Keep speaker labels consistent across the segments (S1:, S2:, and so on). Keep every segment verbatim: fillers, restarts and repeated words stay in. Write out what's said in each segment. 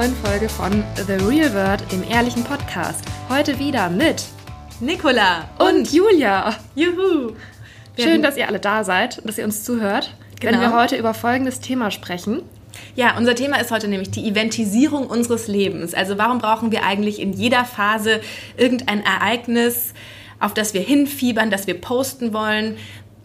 S1: neuen Folge von The Real World, dem ehrlichen Podcast. Heute wieder mit
S2: Nicola
S1: und, und Julia.
S2: Juhu!
S1: Schön, dass ihr alle da seid und dass ihr uns zuhört, genau. Wenn wir heute über folgendes Thema sprechen.
S2: Ja, unser Thema ist heute nämlich die Eventisierung unseres Lebens. Also warum brauchen wir eigentlich in jeder Phase irgendein Ereignis, auf das wir hinfiebern, das wir posten wollen,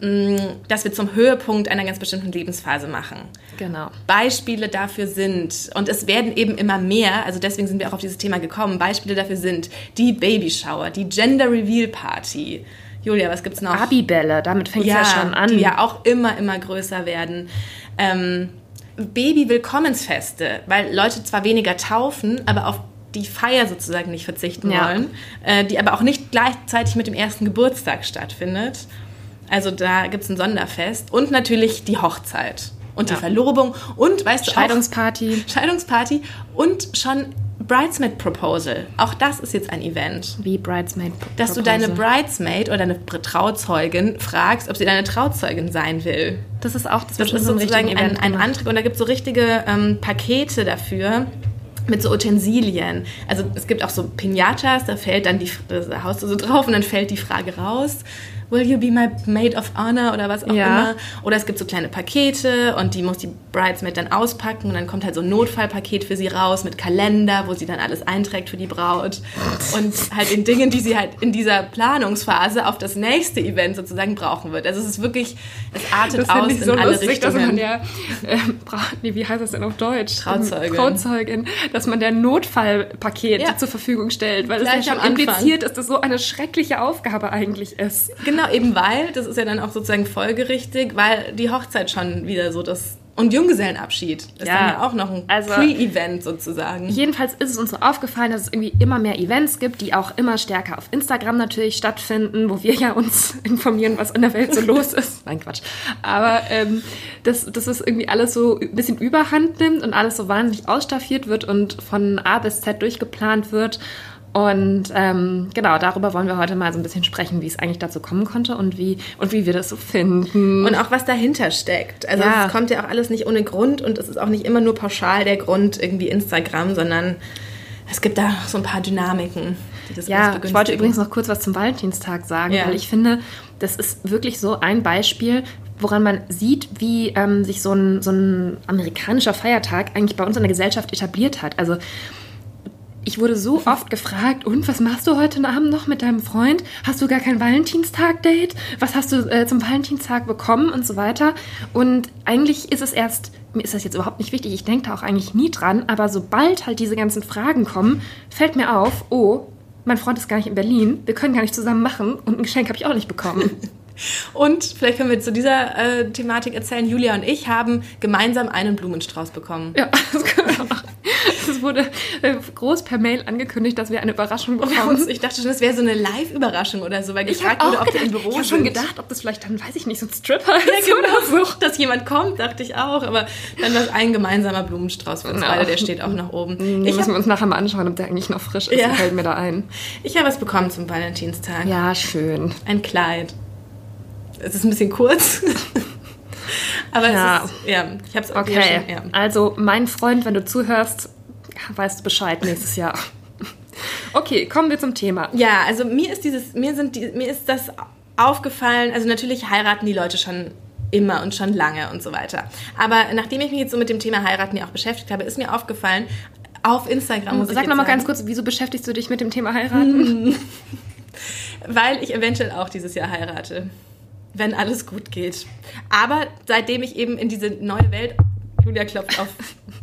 S2: dass wir zum Höhepunkt einer ganz bestimmten Lebensphase machen.
S1: Genau.
S2: Beispiele dafür sind, und es werden eben immer mehr, also deswegen sind wir auch auf dieses Thema gekommen, Beispiele dafür sind die Babyshower, die Gender Reveal Party. Julia, was gibt's noch?
S1: Babybälle, damit fängt es ja, ja schon an.
S2: Die ja auch immer, immer größer werden. Ähm, Baby-Willkommensfeste, weil Leute zwar weniger taufen, aber auf die Feier sozusagen nicht verzichten ja. wollen, äh, die aber auch nicht gleichzeitig mit dem ersten Geburtstag stattfindet. Also da gibt es ein Sonderfest und natürlich die Hochzeit und die ja. Verlobung und, weißt du,
S1: Scheidungsparty.
S2: Auch, Scheidungsparty und schon Bridesmaid Proposal. Auch das ist jetzt ein Event.
S1: Wie Bridesmaid Proposal?
S2: Dass du deine Bridesmaid oder deine Trauzeugin fragst, ob sie deine Trauzeugin sein will.
S1: Das ist auch das,
S2: das ist sozusagen ein, ein Antrag und da gibt es so richtige ähm, Pakete dafür. Mit so Utensilien. Also es gibt auch so Pinatas, da fällt dann die, da haust du so drauf und dann fällt die Frage raus. Will you be my maid of honor oder was auch ja. immer. Oder es gibt so kleine Pakete und die muss die Bridesmaid dann auspacken und dann kommt halt so ein Notfallpaket für sie raus mit Kalender, wo sie dann alles einträgt für die Braut und halt in Dingen, die sie halt in dieser Planungsphase auf das nächste Event sozusagen brauchen wird. Also es ist wirklich, es artet
S1: das
S2: aus
S1: ich
S2: in
S1: so
S2: alle
S1: lustig,
S2: Richtungen.
S1: Dass man der, äh, nee, wie heißt das denn auf Deutsch?
S2: Trauzeugin.
S1: Trauzeugin. Dass man der Notfallpaket ja. zur Verfügung stellt, weil es ja schon impliziert, dass das so eine schreckliche Aufgabe eigentlich ist.
S2: Genau. Eben weil, das ist ja dann auch sozusagen folgerichtig, weil die Hochzeit schon wieder so das... Und Junggesellenabschied ist ja. dann ja auch noch ein also, Pre-Event sozusagen.
S1: Jedenfalls ist es uns so aufgefallen, dass es irgendwie immer mehr Events gibt, die auch immer stärker auf Instagram natürlich stattfinden, wo wir ja uns informieren, was in der Welt so los ist. Nein, Quatsch. Aber ähm, dass, dass es irgendwie alles so ein bisschen Überhand nimmt und alles so wahnsinnig ausstaffiert wird und von A bis Z durchgeplant wird. Und ähm, genau, darüber wollen wir heute mal so ein bisschen sprechen, wie es eigentlich dazu kommen konnte und wie und wie wir das so finden.
S2: Und auch was dahinter steckt. Also ja. es kommt ja auch alles nicht ohne Grund und es ist auch nicht immer nur pauschal der Grund irgendwie Instagram, sondern es gibt da so ein paar Dynamiken, die das
S1: ja, ich wollte übrigens noch kurz was zum Valentinstag sagen, ja. weil ich finde, das ist wirklich so ein Beispiel, woran man sieht, wie ähm, sich so ein, so ein amerikanischer Feiertag eigentlich bei uns in der Gesellschaft etabliert hat. Also ich wurde so oft gefragt, und was machst du heute Abend noch mit deinem Freund? Hast du gar kein Valentinstag-Date? Was hast du äh, zum Valentinstag bekommen und so weiter? Und eigentlich ist es erst, mir ist das jetzt überhaupt nicht wichtig, ich denke da auch eigentlich nie dran, aber sobald halt diese ganzen Fragen kommen, fällt mir auf, oh, mein Freund ist gar nicht in Berlin, wir können gar nicht zusammen machen und ein Geschenk habe ich auch nicht bekommen.
S2: Und vielleicht können wir zu dieser äh, Thematik erzählen, Julia und ich haben gemeinsam einen Blumenstrauß bekommen.
S1: Ja, das können wir auch. Es wurde äh, groß per Mail angekündigt, dass wir eine Überraschung bekommen.
S2: Ich dachte schon, das wäre so eine Live-Überraschung oder so, weil gefragt wurde, ob
S1: gedacht,
S2: wir im Büro sind.
S1: Ich habe schon gedacht, ob das vielleicht dann, weiß ich nicht, so ein Stripper ist
S2: ja, genau,
S1: oder so.
S2: Dass jemand kommt, dachte ich auch. Aber dann war es ein gemeinsamer Blumenstrauß für uns beide, der steht auch noch oben.
S1: Den
S2: ich
S1: müssen
S2: hab,
S1: wir uns nachher mal anschauen, ob der eigentlich noch frisch ist.
S2: Ja.
S1: Fällt mir da ein.
S2: Ich habe was bekommen zum Valentinstag.
S1: Ja, schön.
S2: Ein Kleid. Es ist ein bisschen kurz. Aber
S1: ja.
S2: es ist, ja, ich habe es auch
S1: okay.
S2: schon, ja.
S1: Also, mein Freund, wenn du zuhörst, weißt du Bescheid nächstes Jahr. Okay, kommen wir zum Thema.
S2: Ja, also mir ist dieses, mir sind die, mir ist das aufgefallen, also natürlich heiraten die Leute schon immer und schon lange und so weiter. Aber nachdem ich mich jetzt so mit dem Thema Heiraten ja auch beschäftigt habe, ist mir aufgefallen, auf Instagram muss
S1: Sag
S2: ich Sag
S1: noch mal ganz kurz, wieso beschäftigst du dich mit dem Thema Heiraten?
S2: Weil ich eventuell auch dieses Jahr heirate. Wenn alles gut geht. Aber seitdem ich eben in diese neue Welt... Julia klopft auf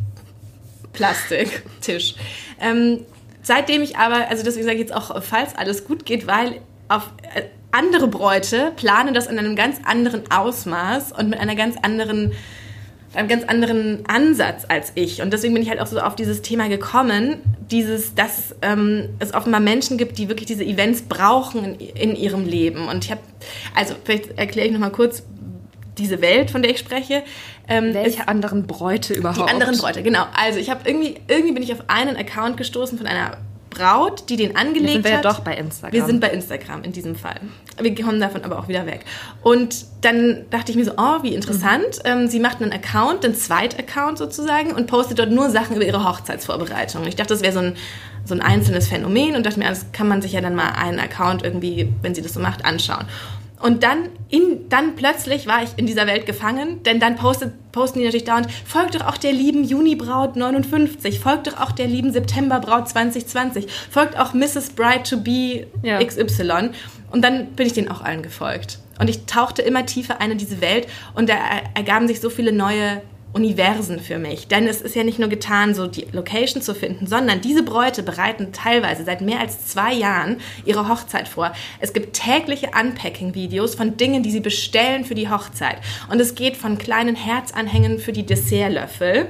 S2: Plastiktisch. Ähm, seitdem ich aber... Also deswegen sage ich jetzt auch, falls alles gut geht, weil auf äh, andere Bräute planen das in einem ganz anderen Ausmaß und mit einer ganz anderen... einem ganz anderen Ansatz als ich. Und deswegen bin ich halt auch so auf dieses Thema gekommen, dieses, dass ähm, es offenbar Menschen gibt, die wirklich diese Events brauchen in, in ihrem Leben. Und ich habe, also vielleicht erkläre ich nochmal kurz diese Welt, von der ich spreche.
S1: Ähm, Welche ist, anderen Bräute überhaupt?
S2: Die anderen Bräute, genau. Also ich habe irgendwie, irgendwie bin ich auf einen Account gestoßen von einer Braut, die den angelegt
S1: sind wir
S2: hat.
S1: Ja doch bei Instagram.
S2: Wir sind bei Instagram in diesem Fall. Wir kommen davon aber auch wieder weg. Und dann dachte ich mir so, oh, wie interessant. Mhm. Ähm, sie macht einen Account, einen Zweit-Account sozusagen und postet dort nur Sachen über ihre Hochzeitsvorbereitung. Ich dachte, das wäre so ein, so ein einzelnes Phänomen und dachte mir, das kann man sich ja dann mal einen Account irgendwie, wenn sie das so macht, anschauen. Und dann, in, dann plötzlich war ich in dieser Welt gefangen, denn dann postet, posten die natürlich dauernd, folgt doch auch der lieben Junibraut neunundfünfzig, folgt doch auch der lieben Septemberbraut zwanzig zwanzig, folgt auch Misses Bride to be ja. X Y. Und dann bin ich denen auch allen gefolgt. Und ich tauchte immer tiefer ein in diese Welt und da ergaben sich so viele neue Universen für mich. Denn es ist ja nicht nur getan, so die Location zu finden, sondern diese Bräute bereiten teilweise seit mehr als zwei Jahren ihre Hochzeit vor. Es gibt tägliche Unpacking-Videos von Dingen, die sie bestellen für die Hochzeit. Und es geht von kleinen Herzanhängen für die Dessertlöffel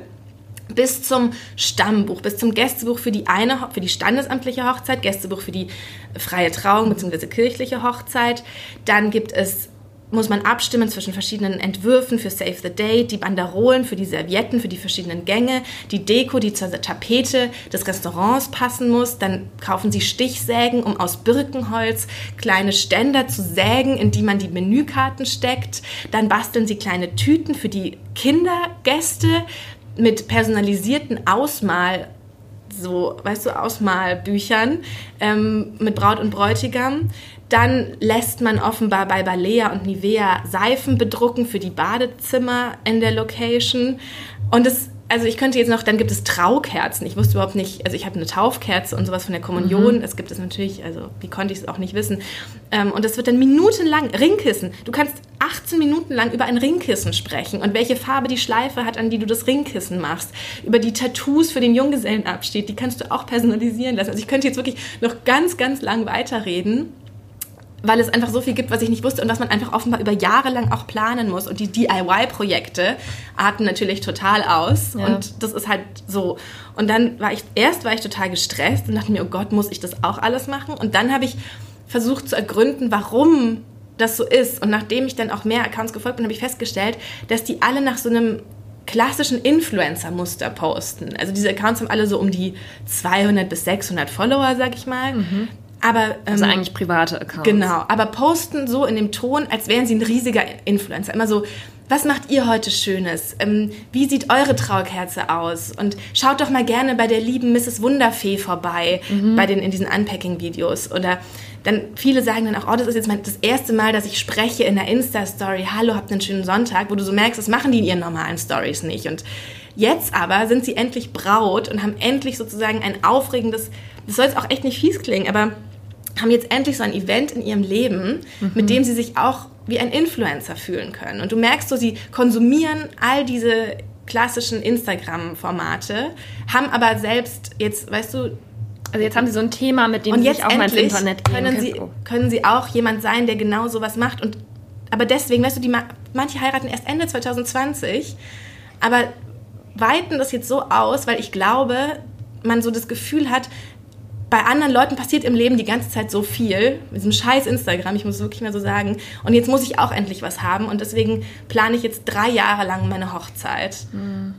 S2: bis zum Stammbuch, bis zum Gästebuch für die eine, für die standesamtliche Hochzeit, Gästebuch für die freie Trauung bzw. kirchliche Hochzeit. Dann gibt es muss man abstimmen zwischen verschiedenen Entwürfen für Save the Date, die Banderolen für die Servietten, für die verschiedenen Gänge, die Deko, die zur Tapete des Restaurants passen muss. Dann kaufen sie Stichsägen, um aus Birkenholz kleine Ständer zu sägen, in die man die Menükarten steckt. Dann basteln sie kleine Tüten für die Kindergäste mit personalisierten Ausmal, so, weißt du, Ausmalbüchern ähm, mit Braut und Bräutigam. Dann lässt man offenbar bei Balea und Nivea Seifen bedrucken für die Badezimmer in der Location. Und es, also ich könnte jetzt noch, dann gibt es Traukerzen. Ich wusste überhaupt nicht, also ich habe eine Taufkerze und sowas von der Kommunion. Mhm. Das gibt es natürlich, also wie konnte ich es auch nicht wissen. Und das wird dann minutenlang, Ringkissen. Du kannst achtzehn Minuten lang über ein Ringkissen sprechen und welche Farbe die Schleife hat, an die du das Ringkissen machst. Über die Tattoos für den Junggesellenabschied, die kannst du auch personalisieren lassen. Also ich könnte jetzt wirklich noch ganz, ganz lang weiterreden, weil es einfach so viel gibt, was ich nicht wusste und was man einfach offenbar über Jahre lang auch planen muss. Und die D I Y-Projekte arten natürlich total aus. Ja. Und das ist halt so. Und dann war ich, erst war ich total gestresst und dachte mir, oh Gott, muss ich das auch alles machen? Und dann habe ich versucht zu ergründen, warum das so ist. Und nachdem ich dann auch mehr Accounts gefolgt bin, habe ich festgestellt, dass die alle nach so einem klassischen Influencer-Muster posten. Also diese Accounts haben alle so um die zweihundert bis sechshundert Follower, sag ich mal. Mhm. Aber, ähm,
S1: also eigentlich private Accounts.
S2: Genau, aber posten so in dem Ton, als wären sie ein riesiger Influencer. Immer so, was macht ihr heute Schönes? Ähm, wie sieht eure Traukerze aus? Und schaut doch mal gerne bei der lieben Misses Wunderfee vorbei, mhm. bei den in diesen Unpacking-Videos. Oder dann viele sagen dann auch, oh, das ist jetzt mein, das erste Mal, dass ich spreche in der Insta-Story. Hallo, habt einen schönen Sonntag. Wo du so merkst, das machen die in ihren normalen Stories nicht. Und jetzt aber sind sie endlich Braut und haben endlich sozusagen ein aufregendes, das soll jetzt auch echt nicht fies klingen, aber haben jetzt endlich so ein Event in ihrem Leben, mhm. mit dem sie sich auch wie ein Influencer fühlen können. Und du merkst so, sie konsumieren all diese klassischen Instagram-Formate, haben aber selbst jetzt, weißt du...
S1: Also jetzt haben sie so ein Thema, mit dem sie sich auch mal ins Internet gehen
S2: können. Sie, können sie auch jemand sein, der genau sowas macht. Und, aber deswegen, weißt du, die, manche heiraten erst Ende zwanzig zwanzig, aber weiten das jetzt so aus, weil ich glaube, man so das Gefühl hat, bei anderen Leuten passiert im Leben die ganze Zeit so viel, mit diesem scheiß Instagram, ich muss es wirklich mal so sagen, und jetzt muss ich auch endlich was haben und deswegen plane ich jetzt drei Jahre lang meine Hochzeit, mhm.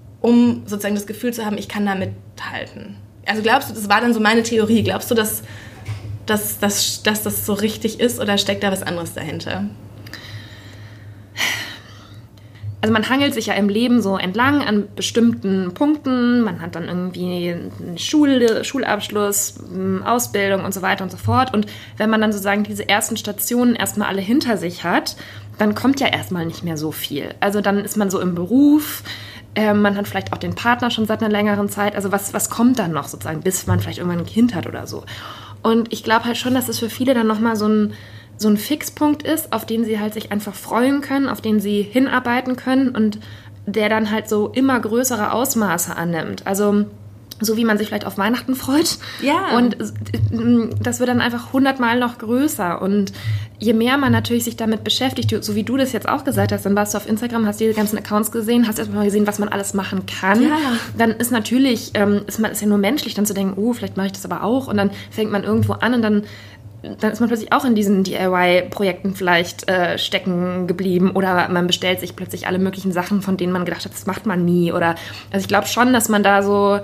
S2: um sozusagen das Gefühl zu haben, ich kann da mithalten. Also glaubst du, das war dann so meine Theorie, glaubst du, dass, dass, dass, dass das so richtig ist oder steckt da was anderes dahinter?
S1: Also man hangelt sich ja im Leben so entlang an bestimmten Punkten. Man hat dann irgendwie einen Schul- Schulabschluss, Ausbildung und so weiter und so fort. Und wenn man dann sozusagen diese ersten Stationen erstmal alle hinter sich hat, dann kommt ja erstmal nicht mehr so viel. Also dann ist man so im Beruf, äh, man hat vielleicht auch den Partner schon seit einer längeren Zeit. Also was, was kommt dann noch sozusagen, bis man vielleicht irgendwann ein Kind hat oder so. Und ich glaube halt schon, dass es für viele dann nochmal so ein so ein Fixpunkt ist, auf den sie halt sich einfach freuen können, auf den sie hinarbeiten können und der dann halt so immer größere Ausmaße annimmt. Also so wie man sich vielleicht auf Weihnachten freut.
S2: Ja.
S1: Und das wird dann einfach hundertmal noch größer. Und je mehr man natürlich sich damit beschäftigt, so wie du das jetzt auch gesagt hast, dann warst du auf Instagram, hast die ganzen Accounts gesehen, hast erstmal gesehen, was man alles machen kann.
S2: Ja.
S1: Dann ist natürlich, ähm, ist, man, ist ja nur menschlich, dann zu denken, oh, vielleicht mache ich das aber auch. Und dann fängt man irgendwo an und dann dann ist man plötzlich auch in diesen D I Y-Projekten vielleicht äh, stecken geblieben oder man bestellt sich plötzlich alle möglichen Sachen, von denen man gedacht hat, das macht man nie. Oder also ich glaube schon, dass man da so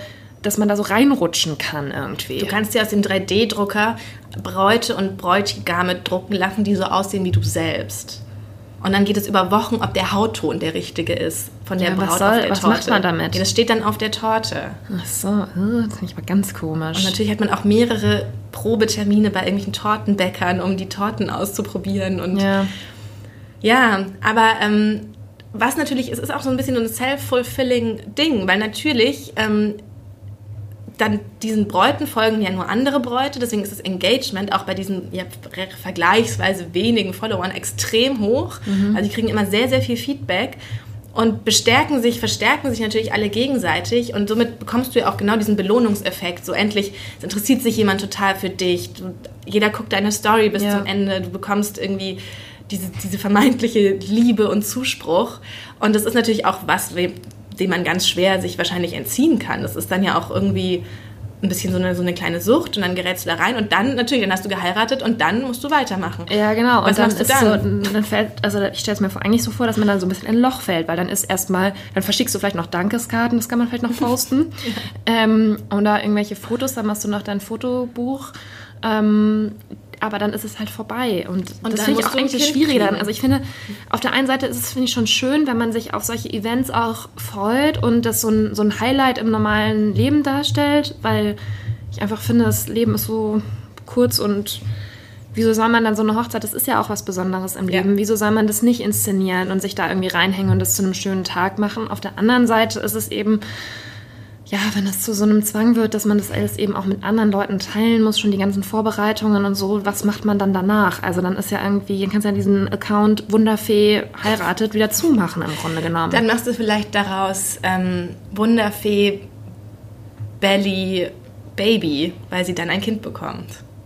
S1: dass man da so reinrutschen kann irgendwie.
S2: Du kannst ja aus dem drei D Drucker Bräute und Bräutigame drucken lassen, die so aussehen wie du selbst. Und dann geht es über Wochen, ob der Hautton der richtige ist von der
S1: ja,
S2: Braut
S1: was soll,
S2: auf der
S1: was
S2: Torte.
S1: Was macht man damit?
S2: Ja, das steht dann auf der Torte.
S1: Ach so, das finde ich mal ganz komisch.
S2: Und natürlich hat man auch mehrere Probetermine bei irgendwelchen Tortenbäckern, um die Torten auszuprobieren. Und
S1: ja,
S2: ja aber ähm, was natürlich ist, ist auch so ein bisschen so ein self-fulfilling Ding, weil natürlich ähm, dann diesen Bräuten folgen ja nur andere Bräute, deswegen ist das Engagement auch bei diesen ja, vergleichsweise wenigen Followern extrem hoch. Mhm. Also die kriegen immer sehr, sehr viel Feedback und bestärken sich, verstärken sich natürlich alle gegenseitig und somit bekommst du ja auch genau diesen Belohnungseffekt. So endlich es interessiert sich jemand total für dich, du, jeder guckt deine Story bis ja. zum Ende, du bekommst irgendwie diese, diese vermeintliche Liebe und Zuspruch und das ist natürlich auch was, dem man ganz schwer sich wahrscheinlich entziehen kann. Das ist dann ja auch irgendwie ein bisschen so eine, so eine kleine Sucht und dann gerätst du da rein und dann natürlich, dann hast du geheiratet und dann musst du weitermachen.
S1: Ja, genau.
S2: Was
S1: und dann
S2: machst du
S1: ist
S2: dann?
S1: So, dann fällt, also ich stelle es mir vor, eigentlich so vor, dass man dann so ein bisschen in ein Loch fällt, weil dann ist erstmal, dann verschickst du vielleicht noch Dankeskarten, das kann man vielleicht noch posten. ja. ähm, oder irgendwelche Fotos, dann machst du noch dein Fotobuch. Ähm, aber dann ist es halt vorbei. Und, und das finde ich auch eigentlich das Schwierige dann. Also ich finde, auf der einen Seite ist es, finde ich, schon schön, wenn man sich auf solche Events auch freut und das so ein, so ein Highlight im normalen Leben darstellt, weil ich einfach finde, das Leben ist so kurz und wieso soll man dann so eine Hochzeit, das ist ja auch was Besonderes im Leben, ja. wieso soll man das nicht inszenieren und sich da irgendwie reinhängen und das zu einem schönen Tag machen? Auf der anderen Seite ist es eben, ja, wenn das zu so einem Zwang wird, dass man das alles eben auch mit anderen Leuten teilen muss, schon die ganzen Vorbereitungen und so, was macht man dann danach? Also dann ist ja irgendwie, dann kannst du ja diesen Account Wunderfee heiratet wieder zumachen im Grunde genommen.
S2: Dann machst du vielleicht daraus ähm, Wunderfee Belly Baby, weil sie dann ein Kind bekommt.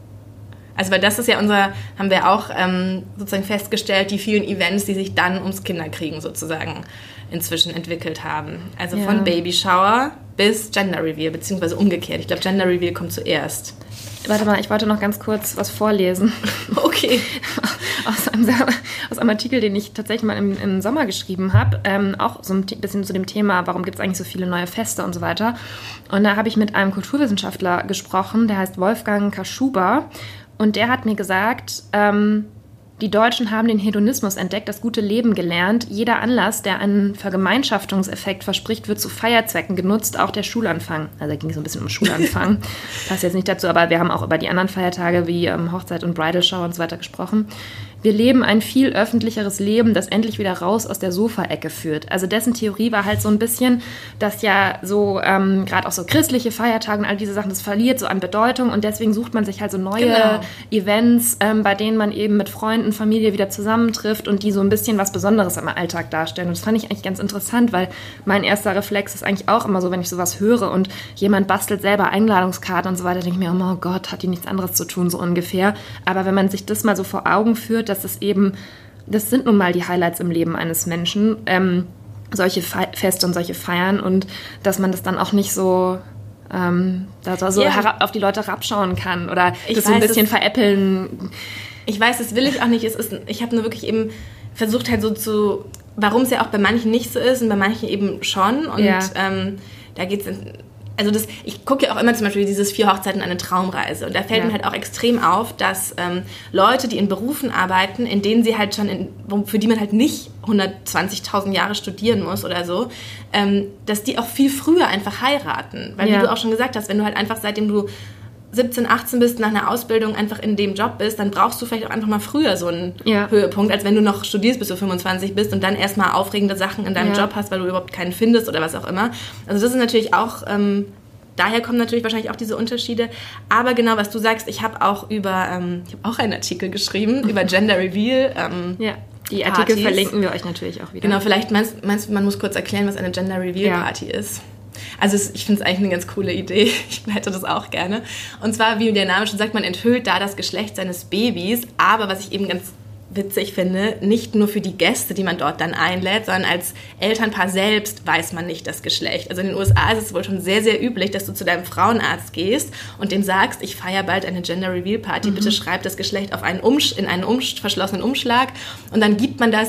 S2: Also weil das ist ja unser, haben wir auch ähm, sozusagen festgestellt, die vielen Events, die sich dann ums Kinderkriegen sozusagen inzwischen entwickelt haben. Also ja. von Babyshower bis Gender Reveal, beziehungsweise umgekehrt. Ich glaube, Gender Reveal kommt zuerst.
S1: Warte mal, ich wollte noch ganz kurz was vorlesen.
S2: Okay.
S1: aus, einem, aus einem Artikel, den ich tatsächlich mal im, im Sommer geschrieben habe, ähm, auch so ein bisschen zu dem Thema, warum gibt es eigentlich so viele neue Feste und so weiter. Und da habe ich mit einem Kulturwissenschaftler gesprochen, der heißt Wolfgang Kaschuba. Und der hat mir gesagt, ähm, die Deutschen haben den Hedonismus entdeckt, das gute Leben gelernt. Jeder Anlass, der einen Vergemeinschaftungseffekt verspricht, wird zu Feierzwecken genutzt, auch der Schulanfang. Also da ging es so ein bisschen um Schulanfang. Passt jetzt nicht dazu, aber wir haben auch über die anderen Feiertage wie ähm, Hochzeit und Bridal Shower und so weiter gesprochen. Wir leben ein viel öffentlicheres Leben, das endlich wieder raus aus der Sofaecke führt. Also dessen Theorie war halt so ein bisschen, dass ja so ähm, gerade auch so christliche Feiertage und all diese Sachen, das verliert so an Bedeutung und deswegen sucht man sich halt so neue genau. Events, ähm, bei denen man eben mit Freunden, Familie wieder zusammentrifft und die so ein bisschen was Besonderes im Alltag darstellen. Und das fand ich eigentlich ganz interessant, weil mein erster Reflex ist eigentlich auch immer so, wenn ich sowas höre und jemand bastelt selber Einladungskarten und so weiter, denke ich mir, oh Gott, hat die nichts anderes zu tun, so ungefähr. Aber wenn man sich das mal so vor Augen führt, dass es eben, das sind nun mal die Highlights im Leben eines Menschen, ähm, solche Fe- Feste und solche Feiern und dass man das dann auch nicht so ähm, da so yeah. herab, auf die Leute herabschauen kann oder ich das weiß, so ein bisschen veräppeln.
S2: Ich weiß, das will ich auch nicht. Es ist, ich habe nur wirklich eben versucht halt so zu, warum es ja auch bei manchen nicht so ist und bei manchen eben schon und ja. ähm, da geht es also das, ich gucke ja auch immer zum Beispiel dieses Vier Hochzeiten, eine Traumreise. Und da fällt ja. mir halt auch extrem auf, dass ähm, Leute, die in Berufen arbeiten, in denen sie halt schon, in, für die man halt nicht hundertzwanzigtausend Jahre studieren muss oder so, ähm, dass die auch viel früher einfach heiraten. Weil ja. wie du auch schon gesagt hast, wenn du halt einfach seitdem du siebzehn, achtzehn bist, nach einer Ausbildung einfach in dem Job bist, dann brauchst du vielleicht auch einfach mal früher so einen ja. Höhepunkt, als wenn du noch studierst, bis du fünfundzwanzig bist und dann erstmal aufregende Sachen in deinem ja. Job hast, weil du überhaupt keinen findest oder was auch immer. Also das ist natürlich auch, ähm, daher kommen natürlich wahrscheinlich auch diese Unterschiede. Aber genau, was du sagst, ich habe auch über, ähm, ich habe auch einen Artikel geschrieben über Gender Reveal. Ähm,
S1: ja. Die Artikel Partys. Verlinken wir euch natürlich auch wieder.
S2: Genau, vielleicht meinst, meinst du, man muss kurz erklären, was eine Gender Reveal ja. Party ist. Also es, ich finde es eigentlich eine ganz coole Idee. Ich hätte das auch gerne. Und zwar, wie der Name schon sagt, man enthüllt da das Geschlecht seines Babys. Aber was ich eben ganz witzig finde, nicht nur für die Gäste, die man dort dann einlädt, sondern als Elternpaar selbst weiß man nicht das Geschlecht. Also in den U S A ist es wohl schon sehr, sehr üblich, dass du zu deinem Frauenarzt gehst und dem sagst, ich feiere bald eine Gender Reveal Party, mhm. bitte schreib das Geschlecht auf einen Umsch- in einen Umsch- verschlossenen Umschlag und dann gibt man das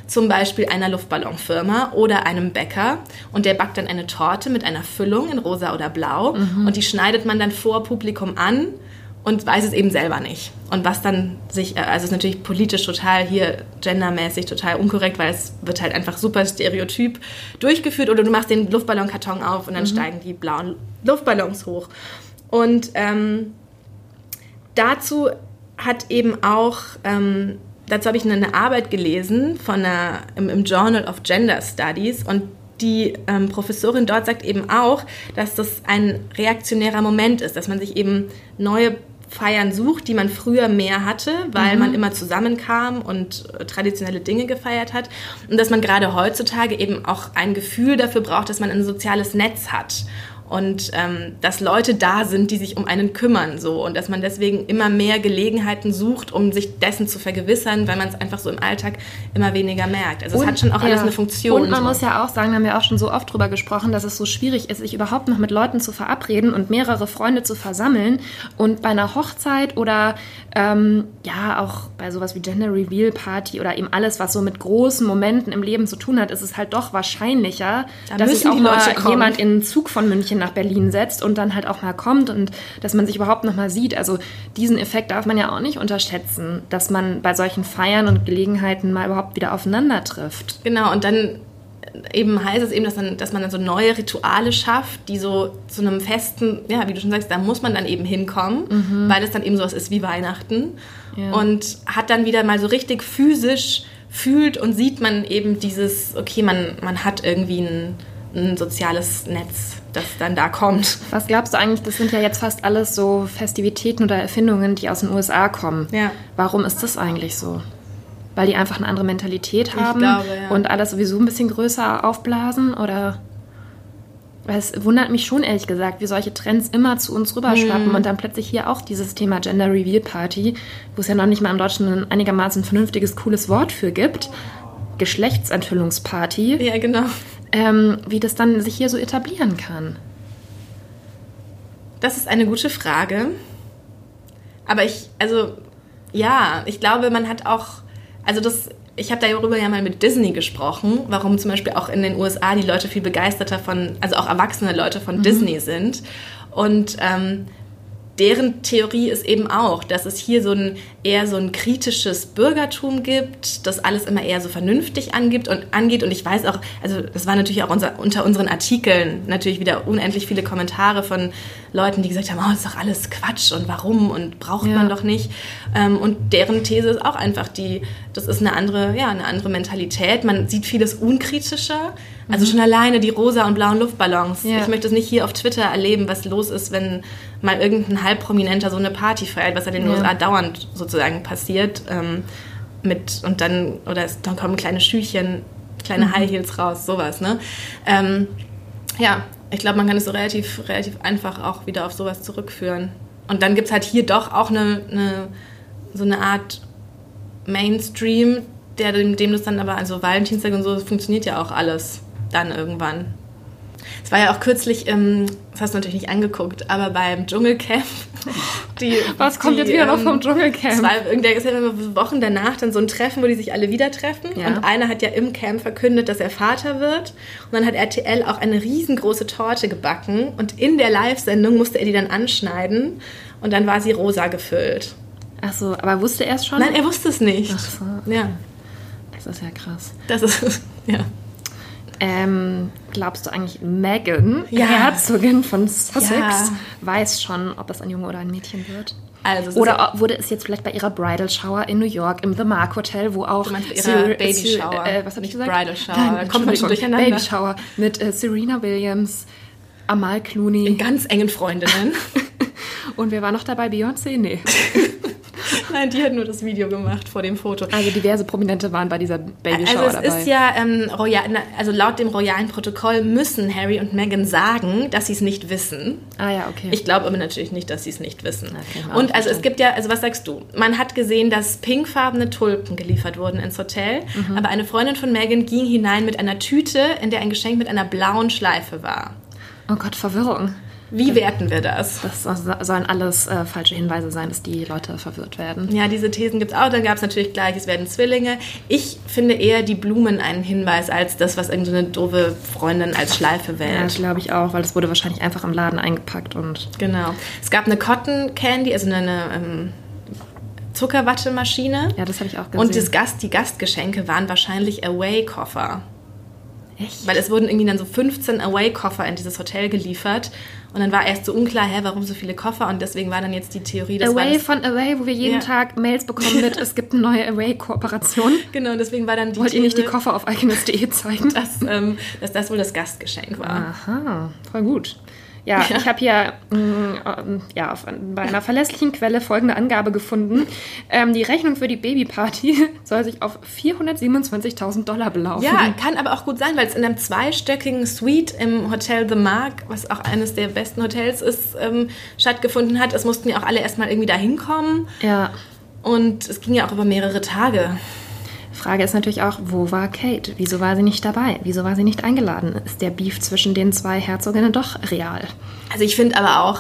S2: zum Beispiel einer Luftballonfirma oder einem Bäcker und der backt dann eine Torte mit einer Füllung in rosa oder blau mhm. und die schneidet man dann vor Publikum an und weiß es eben selber nicht. Und was dann sich, also es ist natürlich politisch total hier gendermäßig total unkorrekt, weil es wird halt einfach super stereotyp durchgeführt oder du machst den Luftballonkarton auf und dann mhm. steigen die blauen Luftballons hoch. Und ähm, dazu hat eben auch, ähm, dazu habe ich eine Arbeit gelesen von einer, im, im Journal of Gender Studies und die ähm, Professorin dort sagt eben auch, dass das ein reaktionärer Moment ist, dass man sich eben neue Feiern sucht, die man früher mehr hatte, weil mhm. man immer zusammenkam und äh, traditionelle Dinge gefeiert hat und dass man gerade heutzutage eben auch ein Gefühl dafür braucht, dass man ein soziales Netz hat und ähm, dass Leute da sind, die sich um einen kümmern so und dass man deswegen immer mehr Gelegenheiten sucht, um sich dessen zu vergewissern, weil man es einfach so im Alltag immer weniger merkt. Also und, es hat schon auch ja. alles eine Funktion.
S1: Und man
S2: so.
S1: muss ja auch sagen, da haben wir auch schon so oft drüber gesprochen, dass es so schwierig ist, sich überhaupt noch mit Leuten zu verabreden und mehrere Freunde zu versammeln und bei einer Hochzeit oder ähm, ja auch bei sowas wie Gender Reveal Party oder eben alles, was so mit großen Momenten im Leben zu tun hat, ist es halt doch wahrscheinlicher, da dass sich auch mal jemand in einen Zug von München nach Berlin setzt und dann halt auch mal kommt und dass man sich überhaupt noch mal sieht. Also diesen Effekt darf man ja auch nicht unterschätzen, dass man bei solchen Feiern und Gelegenheiten mal überhaupt wieder aufeinander trifft.
S2: Genau, und dann eben heißt es eben, dass, dann, dass man dann so neue Rituale schafft, die so zu einem festen, ja, wie du schon sagst, da muss man dann eben hinkommen, mhm. weil es dann eben sowas ist wie Weihnachten ja. und hat dann wieder mal so richtig physisch fühlt und sieht man eben dieses, okay, man, man hat irgendwie ein ein soziales Netz, das dann da kommt.
S1: Was glaubst du eigentlich, das sind ja jetzt fast alles so Festivitäten oder Erfindungen, die aus den U S A kommen. Ja. Warum ist das eigentlich so? Weil die einfach eine andere Mentalität haben
S2: ich glaube, ja.
S1: und alles sowieso ein bisschen größer aufblasen? Oder? Weil es wundert mich schon, ehrlich gesagt, wie solche Trends immer zu uns rüberschwappen hm. und dann plötzlich hier auch dieses Thema Gender Reveal Party, wo es ja noch nicht mal im Deutschen ein einigermaßen vernünftiges, cooles Wort für gibt. Geschlechtsenthüllungsparty.
S2: Ja, genau.
S1: Ähm, wie das dann sich hier so etablieren kann?
S2: Das ist eine gute Frage. Aber ich, also, ja, ich glaube, man hat auch, also das, ich habe darüber ja mal mit Disney gesprochen, warum zum Beispiel auch in den U S A die Leute viel begeisterter von, also auch erwachsene Leute von mhm. Disney sind. Und ähm, deren Theorie ist eben auch, dass es hier so ein eher so ein kritisches Bürgertum gibt, das alles immer eher so vernünftig angibt und angeht. Und ich weiß auch, also das war natürlich auch unser, unter unseren Artikeln natürlich wieder unendlich viele Kommentare von Leuten, die gesagt haben, oh, das ist doch alles Quatsch und warum und braucht ja. man doch nicht. Und deren These ist auch einfach die, das ist eine andere, ja, eine andere Mentalität. Man sieht vieles unkritischer. Also schon alleine die rosa und blauen Luftballons. Ja. Ich möchte es nicht hier auf Twitter erleben, was los ist, wenn mal irgendein Halbprominenter so eine Party feiert, was in den ja. U S A dauernd sozusagen passiert. Ähm, mit, und dann, oder es, dann kommen kleine Schüchchen, kleine mhm. High Heels raus, sowas, ne? Ähm, ja, ich glaube, man kann es so relativ, relativ einfach auch wieder auf sowas zurückführen. Und dann gibt es halt hier doch auch eine, eine, so eine Art Mainstream, der, dem, dem das dann aber, also Valentinstag und so, das funktioniert ja auch alles dann irgendwann. Es war ja auch kürzlich, ähm, das hast du natürlich nicht angeguckt, aber beim Dschungelcamp. Die,
S1: Was kommt die, jetzt wieder ähm, noch vom Dschungelcamp? Es
S2: war irgendein, es ist ja Wochen danach dann so ein Treffen, wo die sich alle wieder treffen. Ja. Und einer hat ja im Camp verkündet, dass er Vater wird. Und dann hat R T L auch eine riesengroße Torte gebacken. Und in der Live-Sendung musste er die dann anschneiden. Und dann war sie rosa gefüllt.
S1: Ach so, aber wusste er es schon?
S2: Nein, er wusste es nicht.
S1: Ach so.
S2: Ja.
S1: Das ist ja krass.
S2: Das ist, ja.
S1: Ähm, glaubst du eigentlich, Meghan, ja. Herzogin von Sussex, ja. weiß schon, ob das ein Junge oder ein Mädchen wird? Also, oder ja wurde es jetzt vielleicht bei ihrer Bridal Shower in New York im The Mark Hotel, wo auch...
S2: Du meinst bei ihrer Baby Shower?
S1: Äh, was habe ich gesagt?
S2: Bridal Shower, Nein, da kommt man schon durcheinander.
S1: Baby Shower mit äh, Serena Williams, Amal Clooney.
S2: In ganz engen Freundinnen.
S1: Und wer war noch dabei? Beyoncé? Nee.
S2: Nein, die hat nur das Video gemacht vor dem Foto.
S1: Also diverse Prominente waren bei dieser Babyshower
S2: also
S1: dabei.
S2: Also es ist ja, ähm, royal, also laut dem royalen Protokoll müssen Harry und Meghan sagen, dass sie es nicht wissen.
S1: Ah ja, okay.
S2: Ich glaube aber natürlich nicht, dass sie es nicht wissen. Okay, und also es gibt ja, also was sagst du? Man hat gesehen, dass pinkfarbene Tulpen geliefert wurden ins Hotel, mhm. aber eine Freundin von Meghan ging hinein mit einer Tüte, in der ein Geschenk mit einer blauen Schleife war.
S1: Oh Gott, Verwirrung.
S2: Wie werten wir das?
S1: Das sollen alles äh, falsche Hinweise sein, dass die Leute verwirrt werden.
S2: Ja, diese Thesen gibt es auch. Dann gab es natürlich gleich, es werden Zwillinge. Ich finde eher die Blumen einen Hinweis, als das, was irgendeine doofe Freundin als Schleife wählt.
S1: Ja, das glaube ich auch, weil das wurde wahrscheinlich einfach im Laden eingepackt. Und
S2: genau. Es gab eine Cotton Candy, also eine ähm, Zuckerwattemaschine.
S1: Ja, das habe ich auch gesehen.
S2: Und das Gast, die Gastgeschenke waren wahrscheinlich Away-Koffer.
S1: Echt?
S2: Weil es wurden irgendwie dann so fünfzehn Away-Koffer in dieses Hotel geliefert. Und dann war erst so unklar, hä, warum so viele Koffer? Und deswegen war dann jetzt die Theorie, dass
S1: Away
S2: das
S1: von Away, wo wir jeden ja. Tag Mails bekommen mit, es gibt eine neue Away-Kooperation.
S2: Genau, und deswegen war dann die
S1: Wollt
S2: These,
S1: ihr nicht die Koffer auf eigenes punkt de zeigen?
S2: Dass, ähm, dass das wohl das Gastgeschenk war.
S1: Aha, voll gut. Ja, ja, ich habe hier mh, ja, auf, bei einer verlässlichen Quelle folgende Angabe gefunden. Ähm, die Rechnung für die Babyparty soll sich auf vierhundertsiebenundzwanzigtausend Dollar belaufen.
S2: Ja, kann aber auch gut sein, weil es in einem zweistöckigen Suite im Hotel The Mark, was auch eines der besten Hotels ist, ähm, stattgefunden hat. Es mussten ja auch alle erstmal irgendwie da hinkommen.
S1: Ja.
S2: Und es ging ja auch über mehrere Tage.
S1: Frage ist natürlich auch, wo war Kate? Wieso war sie nicht dabei? Wieso war sie nicht eingeladen? Ist der Beef zwischen den zwei Herzoginnen doch real?
S2: Also ich finde aber auch,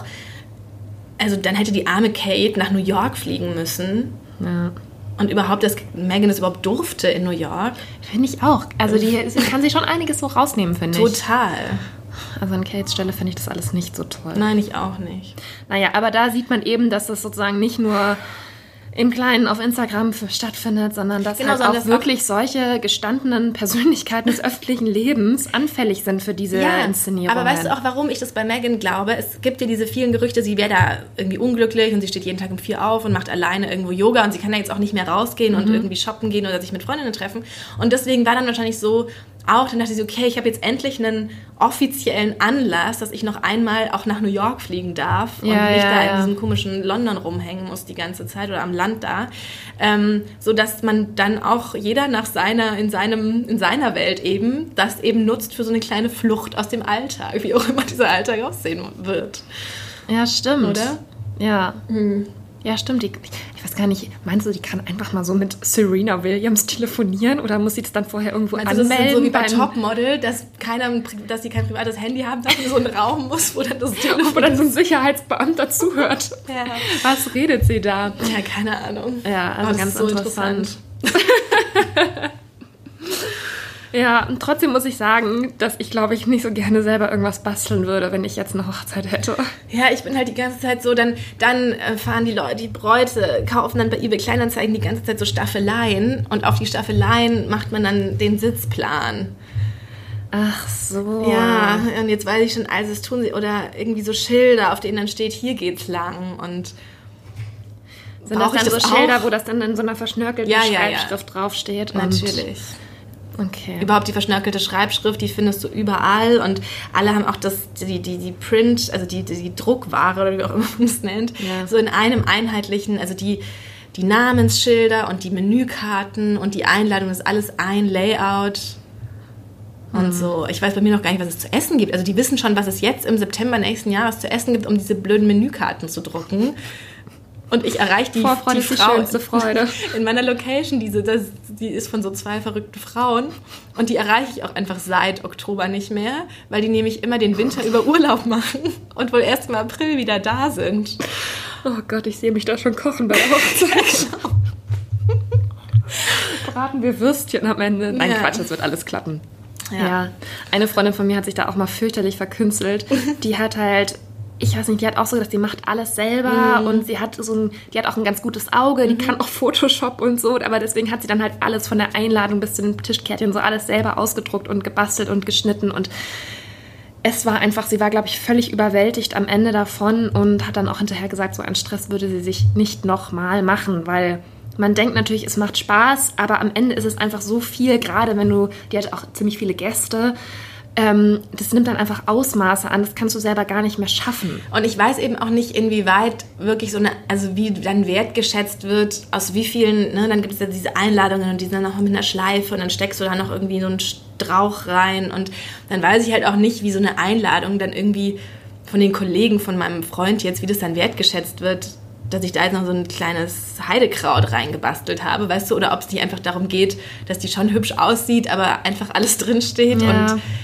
S2: also dann hätte die arme Kate nach New York fliegen müssen.
S1: Ja.
S2: Und überhaupt, dass Meghan es überhaupt durfte in New York.
S1: Finde ich auch. Also die kann sich schon einiges so rausnehmen, finde ich.
S2: Total.
S1: Also an Kates Stelle finde ich das alles nicht so toll.
S2: Nein, ich auch nicht.
S1: Naja, aber da sieht man eben, dass das sozusagen nicht nur im Kleinen auf Instagram stattfindet, sondern dass genau, halt auch das wirklich auch solche gestandenen Persönlichkeiten des öffentlichen Lebens anfällig sind für diese
S2: ja,
S1: Inszenierungen.
S2: Aber weißt du auch, warum ich das bei Meghan glaube? Es gibt ja diese vielen Gerüchte, sie wäre da irgendwie unglücklich und sie steht jeden Tag um vier auf und macht alleine irgendwo Yoga und sie kann ja jetzt auch nicht mehr rausgehen mhm. und irgendwie shoppen gehen oder sich mit Freundinnen treffen. Und deswegen war dann wahrscheinlich so, auch, dann dachte ich so, okay, ich habe jetzt endlich einen offiziellen Anlass, dass ich noch einmal auch nach New York fliegen darf und
S1: ja,
S2: nicht
S1: ja,
S2: da
S1: ja.
S2: in diesem komischen London rumhängen muss die ganze Zeit oder am Land da, ähm, so dass man dann auch jeder nach seiner, in seinem, in seiner Welt eben, das eben nutzt für so eine kleine Flucht aus dem Alltag, wie auch immer dieser Alltag aussehen wird.
S1: Ja, stimmt.
S2: Oder?
S1: Ja.
S2: Hm.
S1: Ja, stimmt. Die, ich weiß gar nicht, meinst du, die kann einfach mal so mit Serena Williams telefonieren oder muss sie das dann vorher irgendwo
S2: meinst
S1: anmelden?
S2: Das ist so wie bei Topmodel, dass keiner, dass sie kein privates Handy haben, dass sie so einen Raum muss, wo dann das Telefon
S1: wo dann so ein Sicherheitsbeamter zuhört.
S2: Ja.
S1: Was redet sie da?
S2: Ja, keine Ahnung.
S1: Ja, also
S2: aber
S1: ganz
S2: so
S1: interessant. interessant. Ja, und trotzdem muss ich sagen, dass ich, glaube ich, nicht so gerne selber irgendwas basteln würde, wenn ich jetzt eine Hochzeit hätte.
S2: Ja, ich bin halt die ganze Zeit so, dann, dann fahren die Leute, die Bräute, kaufen dann bei eBay Kleinanzeigen die ganze Zeit so Staffeleien und auf die Staffeleien macht man dann den Sitzplan.
S1: Ach so.
S2: Ja, und jetzt weiß ich schon, also das tun sie, oder irgendwie so Schilder, auf denen dann steht, hier geht's lang und
S1: sind das dann so Schilder, wo das dann in so einer verschnörkelten
S2: ja, ja,
S1: Schreibschrift
S2: ja.
S1: draufsteht?
S2: Natürlich.
S1: Okay.
S2: Überhaupt die verschnörkelte Schreibschrift, die findest du überall und alle haben auch das, die, die, die Print, also die, die Druckware oder wie auch immer man es nennt,
S1: ja.
S2: so in einem einheitlichen, also die, die Namensschilder und die Menükarten und die Einladung, das ist alles ein Layout und mhm. so. Ich weiß bei mir noch gar nicht, was es zu essen gibt. Also die wissen schon, was es jetzt im September nächsten Jahres zu essen gibt, um diese blöden Menükarten zu drucken. Und ich erreiche die,
S1: Vorfreude
S2: die
S1: ist die
S2: Frau
S1: schönste Freude.
S2: In meiner Location, diese, das, die ist von so zwei verrückten Frauen. Und die erreiche ich auch einfach seit Oktober nicht mehr, weil die nämlich immer den Winter über Urlaub machen und wohl erst im April wieder da sind.
S1: Oh Gott, ich sehe mich da schon kochen bei der Hochzeit. Braten wir Würstchen am Ende. Nein,
S2: ja.
S1: Quatsch, das wird alles klappen.
S2: Ja.
S1: ja. Eine Freundin von mir hat sich da auch mal fürchterlich verkünstelt. Die hat halt... Ich weiß nicht, die hat auch so, dass die macht alles selber mhm. und sie hat so ein, die hat auch ein ganz gutes Auge, die mhm. kann auch Photoshop und so, aber deswegen hat sie dann halt alles von der Einladung bis zu den Tischkärtchen so alles selber ausgedruckt und gebastelt und geschnitten und es war einfach, sie war, glaube ich, völlig überwältigt am Ende davon und hat dann auch hinterher gesagt, so einen Stress würde sie sich nicht nochmal machen, weil man denkt natürlich, es macht Spaß, aber am Ende ist es einfach so viel, gerade wenn du, die hat auch ziemlich viele Gäste, Ähm, das nimmt dann einfach Ausmaße an, das kannst du selber gar nicht mehr schaffen.
S2: Und ich weiß eben auch nicht, inwieweit wirklich so eine, also wie dann wertgeschätzt wird, aus wie vielen, ne, dann gibt es ja diese Einladungen und die sind dann noch mit einer Schleife und dann steckst du da noch irgendwie so einen Strauch rein und dann weiß ich halt auch nicht, wie so eine Einladung dann irgendwie von den Kollegen von meinem Freund jetzt, wie das dann wertgeschätzt wird, dass ich da jetzt noch so ein kleines Heidekraut reingebastelt habe, weißt du, oder ob es nicht einfach darum geht, dass die schon hübsch aussieht, aber einfach alles drinsteht
S1: ja.
S2: und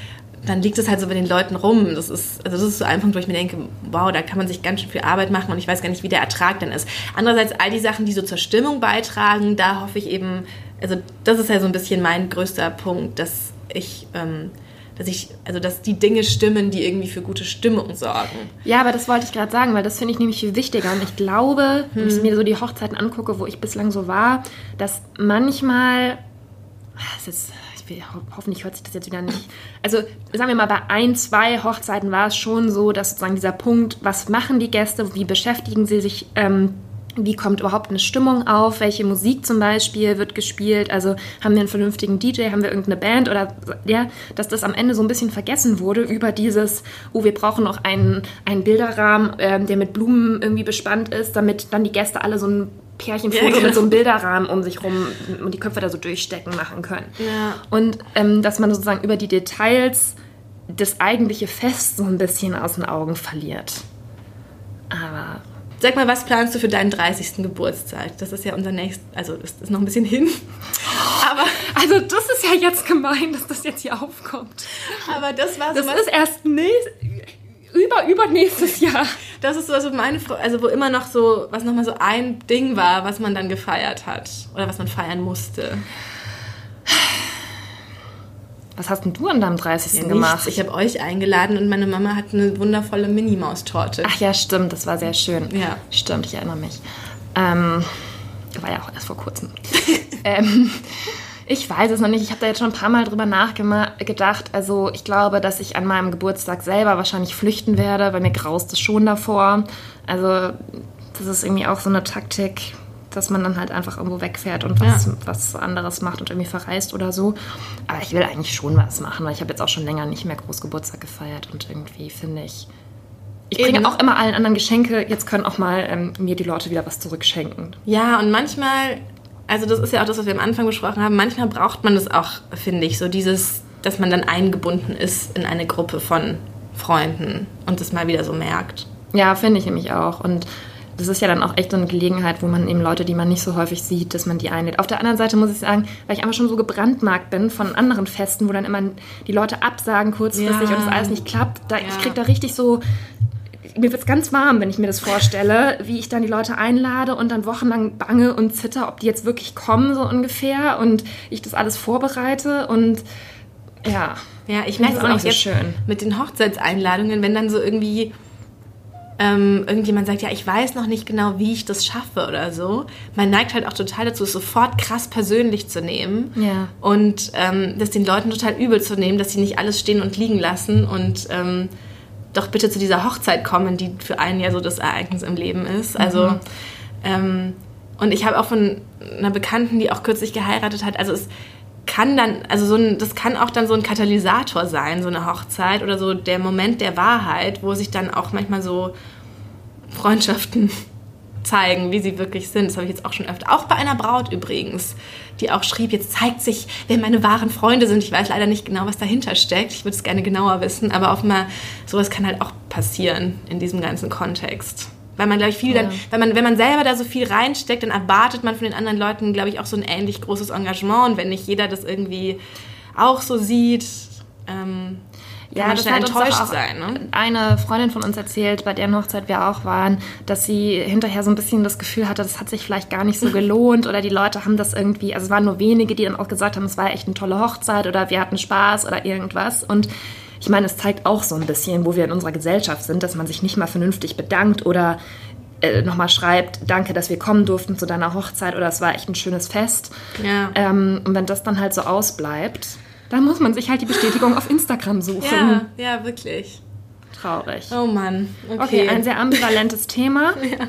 S2: dann liegt es halt so bei den Leuten rum. Das ist, also das ist so ein Punkt, wo ich mir denke, wow, da kann man sich ganz schön viel Arbeit machen und ich weiß gar nicht, wie der Ertrag denn ist. Andererseits all die Sachen, die so zur Stimmung beitragen, da hoffe ich eben, also das ist ja so ein bisschen mein größter Punkt, dass ich, ähm, dass ich, also dass die Dinge stimmen, die irgendwie für gute Stimmung sorgen.
S1: Ja, aber das wollte ich gerade sagen, weil das finde ich nämlich viel wichtiger und ich glaube, hm. wenn ich mir so die Hochzeiten angucke, wo ich bislang so war, dass manchmal, das ist hoffentlich hört sich das jetzt wieder nicht. Also sagen wir mal, bei ein, zwei Hochzeiten war es schon so, dass sozusagen dieser Punkt, was machen die Gäste, wie beschäftigen sie sich, ähm, wie kommt überhaupt eine Stimmung auf, welche Musik zum Beispiel wird gespielt, also haben wir einen vernünftigen D J, haben wir irgendeine Band oder ja, dass das am Ende so ein bisschen vergessen wurde über dieses, oh, wir brauchen noch einen, einen Bilderrahmen, ähm, der mit Blumen irgendwie bespannt ist, damit dann die Gäste alle so ein Pärchenfoto ja, genau. mit so einem Bilderrahmen um sich rum und die Köpfe da so durchstecken machen können.
S2: Ja.
S1: Und ähm, dass man sozusagen über die Details das eigentliche Fest so ein bisschen aus den Augen verliert. Aber
S2: sag mal, was planst du für deinen dreißigsten Geburtstag? Das ist ja unser nächstes, also das ist noch ein bisschen hin.
S1: Aber also das ist ja jetzt gemein, dass das jetzt hier aufkommt.
S2: Aber das war so
S1: das
S2: was,
S1: ist erst nächst, über übernächstes Jahr.
S2: Das ist so also meine, also wo immer noch so, was nochmal so ein Ding war, was man dann gefeiert hat oder was man feiern musste.
S1: Was hast denn du an deinem dreißigsten
S2: Ja,
S1: gemacht?
S2: Ich habe euch eingeladen und meine Mama hat eine wundervolle Minimaus-Torte.
S1: Ach ja, stimmt, das war sehr schön.
S2: Ja.
S1: Stimmt, ich erinnere mich. Ähm, war ja auch erst vor kurzem. ähm, ich weiß es noch nicht. Ich habe da jetzt schon ein paar Mal drüber nachgedacht. Also ich glaube, dass ich an meinem Geburtstag selber wahrscheinlich flüchten werde, weil mir graust es schon davor. Also das ist irgendwie auch so eine Taktik, dass man dann halt einfach irgendwo wegfährt und was, ja. was anderes macht und irgendwie verreist oder so. Aber ich will eigentlich schon was machen, weil ich habe jetzt auch schon länger nicht mehr groß Geburtstag gefeiert und irgendwie finde ich... Ich bringe Eben. auch immer allen anderen Geschenke. Jetzt können auch mal ähm, mir die Leute wieder was zurückschenken.
S2: Ja, und manchmal... Also das ist ja auch das, was wir am Anfang besprochen haben. Manchmal braucht man das auch, finde ich, so dieses, dass man dann eingebunden ist in eine Gruppe von Freunden und das mal wieder so merkt.
S1: Ja, finde ich nämlich auch. Und das ist ja dann auch echt so eine Gelegenheit, wo man eben Leute, die man nicht so häufig sieht, dass man die einlädt. Auf der anderen Seite muss ich sagen, weil ich einfach schon so gebrandmarkt bin von anderen Festen, wo dann immer die Leute absagen kurzfristig ja. und das alles nicht klappt. Da, ja. Ich kriege da richtig so... Mir wird es ganz warm, wenn ich mir das vorstelle, wie ich dann die Leute einlade und dann wochenlang bange und zitter, ob die jetzt wirklich kommen, so ungefähr, und ich das alles vorbereite und ja.
S2: Ja, ich merke es auch nicht so jetzt schön mit den Hochzeitseinladungen, wenn dann so irgendwie ähm, irgendjemand sagt, ja, ich weiß noch nicht genau, wie ich das schaffe oder so. Man neigt halt auch total dazu, es sofort krass persönlich zu nehmen
S1: ja.
S2: und ähm, das den Leuten total übel zu nehmen, dass sie nicht alles stehen und liegen lassen und ähm, doch bitte zu dieser Hochzeit kommen, die für einen ja so das Ereignis im Leben ist. Also, mhm. ähm, und ich habe auch von einer Bekannten, die auch kürzlich geheiratet hat, also es kann dann, also so ein, das kann auch dann so ein Katalysator sein, so eine Hochzeit oder so der Moment der Wahrheit, wo sich dann auch manchmal so Freundschaften zeigen, wie sie wirklich sind. Das habe ich jetzt auch schon öfter. Auch bei einer Braut übrigens, die auch schrieb, jetzt zeigt sich, wer meine wahren Freunde sind. Ich weiß leider nicht genau, was dahinter steckt. Ich würde es gerne genauer wissen. Aber offenbar, sowas kann halt auch passieren in diesem ganzen Kontext. Weil man, glaube ich, viel ja. dann, wenn man, wenn man selber da so viel reinsteckt, dann erwartet man von den anderen Leuten, glaube ich, auch so ein ähnlich großes Engagement. Und wenn nicht jeder das irgendwie auch so sieht, ähm,
S1: ja,
S2: man
S1: das
S2: schnell
S1: hat
S2: enttäuscht
S1: uns
S2: sein. Ne?
S1: Eine Freundin von uns erzählt, bei deren Hochzeit wir auch waren, dass sie hinterher so ein bisschen das Gefühl hatte, das hat sich vielleicht gar nicht so gelohnt oder die Leute haben das irgendwie, also es waren nur wenige, die dann auch gesagt haben, es war echt eine tolle Hochzeit oder wir hatten Spaß oder irgendwas. Und ich meine, es zeigt auch so ein bisschen, wo wir in unserer Gesellschaft sind, dass man sich nicht mal vernünftig bedankt oder äh, nochmal schreibt, danke, dass wir kommen durften zu deiner Hochzeit oder es war echt ein schönes Fest.
S2: Ja.
S1: Ähm, und wenn das dann halt so ausbleibt, dann muss man sich halt die Bestätigung auf Instagram suchen.
S2: Ja, ja, wirklich.
S1: Traurig.
S2: Oh Mann. Okay,
S1: okay ein sehr ambivalentes Thema.
S2: Ja.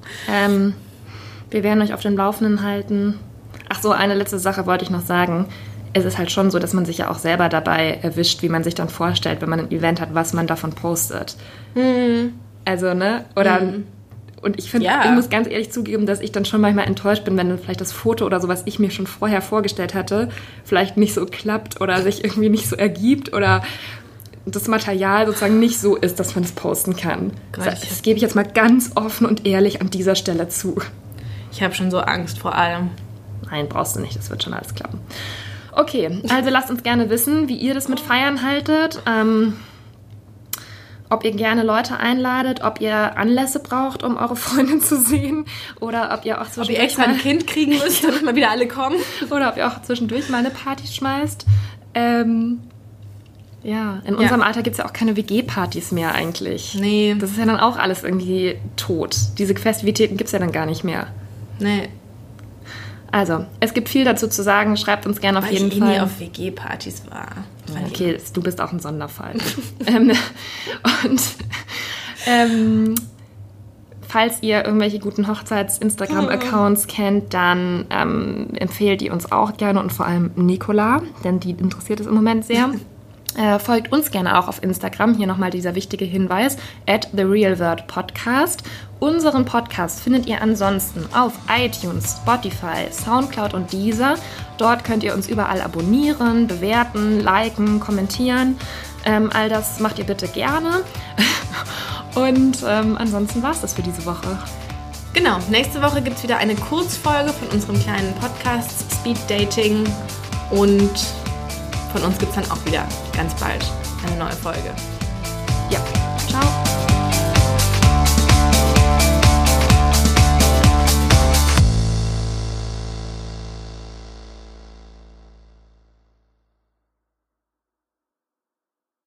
S1: Ähm, wir werden euch auf dem Laufenden halten. Ach so, eine letzte Sache wollte ich noch sagen. Es ist halt schon so, dass man sich ja auch selber dabei erwischt, wie man sich dann vorstellt, wenn man ein Event hat, was man davon postet.
S2: Mhm.
S1: Also, ne? Oder...
S2: Mhm.
S1: Und ich finde,
S2: ja.
S1: ich muss ganz ehrlich zugeben, dass ich dann schon manchmal enttäuscht bin, wenn dann vielleicht das Foto oder so, was ich mir schon vorher vorgestellt hatte, vielleicht nicht so klappt oder sich irgendwie nicht so ergibt oder das Material sozusagen nicht so ist, dass man es posten kann.
S2: Gott,
S1: das, das gebe ich jetzt mal ganz offen und ehrlich an dieser Stelle zu.
S2: Ich habe schon so Angst vor allem.
S1: Nein, brauchst du nicht, das wird schon alles klappen. Okay, also lasst uns gerne wissen, wie ihr das mit Feiern haltet. Ähm, ob ihr gerne Leute einladet, ob ihr Anlässe braucht, um eure Freundin zu sehen. Oder ob ihr auch zwischendurch
S2: ob ihr extra ein Kind kriegen müsst, damit mal wieder alle kommen.
S1: Oder ob ihr auch zwischendurch mal eine Party schmeißt. Ähm, ja, in unserem ja. Alter gibt es ja auch keine W G-Partys mehr eigentlich.
S2: Nee.
S1: Das ist ja dann auch alles irgendwie tot. Diese Festivitäten gibt es ja dann gar nicht mehr.
S2: Nee.
S1: Also, es gibt viel dazu zu sagen. Schreibt uns gerne auf
S2: Weil
S1: jeden
S2: ich
S1: Fall.
S2: nie auf W G-Partys war.
S1: Okay, du bist auch ein Sonderfall. ähm, und ähm, falls ihr irgendwelche guten Hochzeits-Instagram-Accounts kennt, dann ähm, empfehlt ihr uns auch gerne und vor allem Nicola, denn die interessiert es im Moment sehr. Äh, folgt uns gerne auch auf Instagram. Hier nochmal dieser wichtige Hinweis, at the real word podcast. Unseren Podcast findet ihr ansonsten auf iTunes, Spotify, Soundcloud und Deezer. Dort könnt ihr uns überall abonnieren, bewerten, liken, kommentieren. Ähm, all das macht ihr bitte gerne. Und ähm, ansonsten war es das für diese Woche.
S2: Genau, nächste Woche gibt es wieder eine Kurzfolge von unserem kleinen Podcast Speed Dating. Und von uns gibt es dann auch wieder ganz bald eine neue Folge.
S1: Ja, ciao.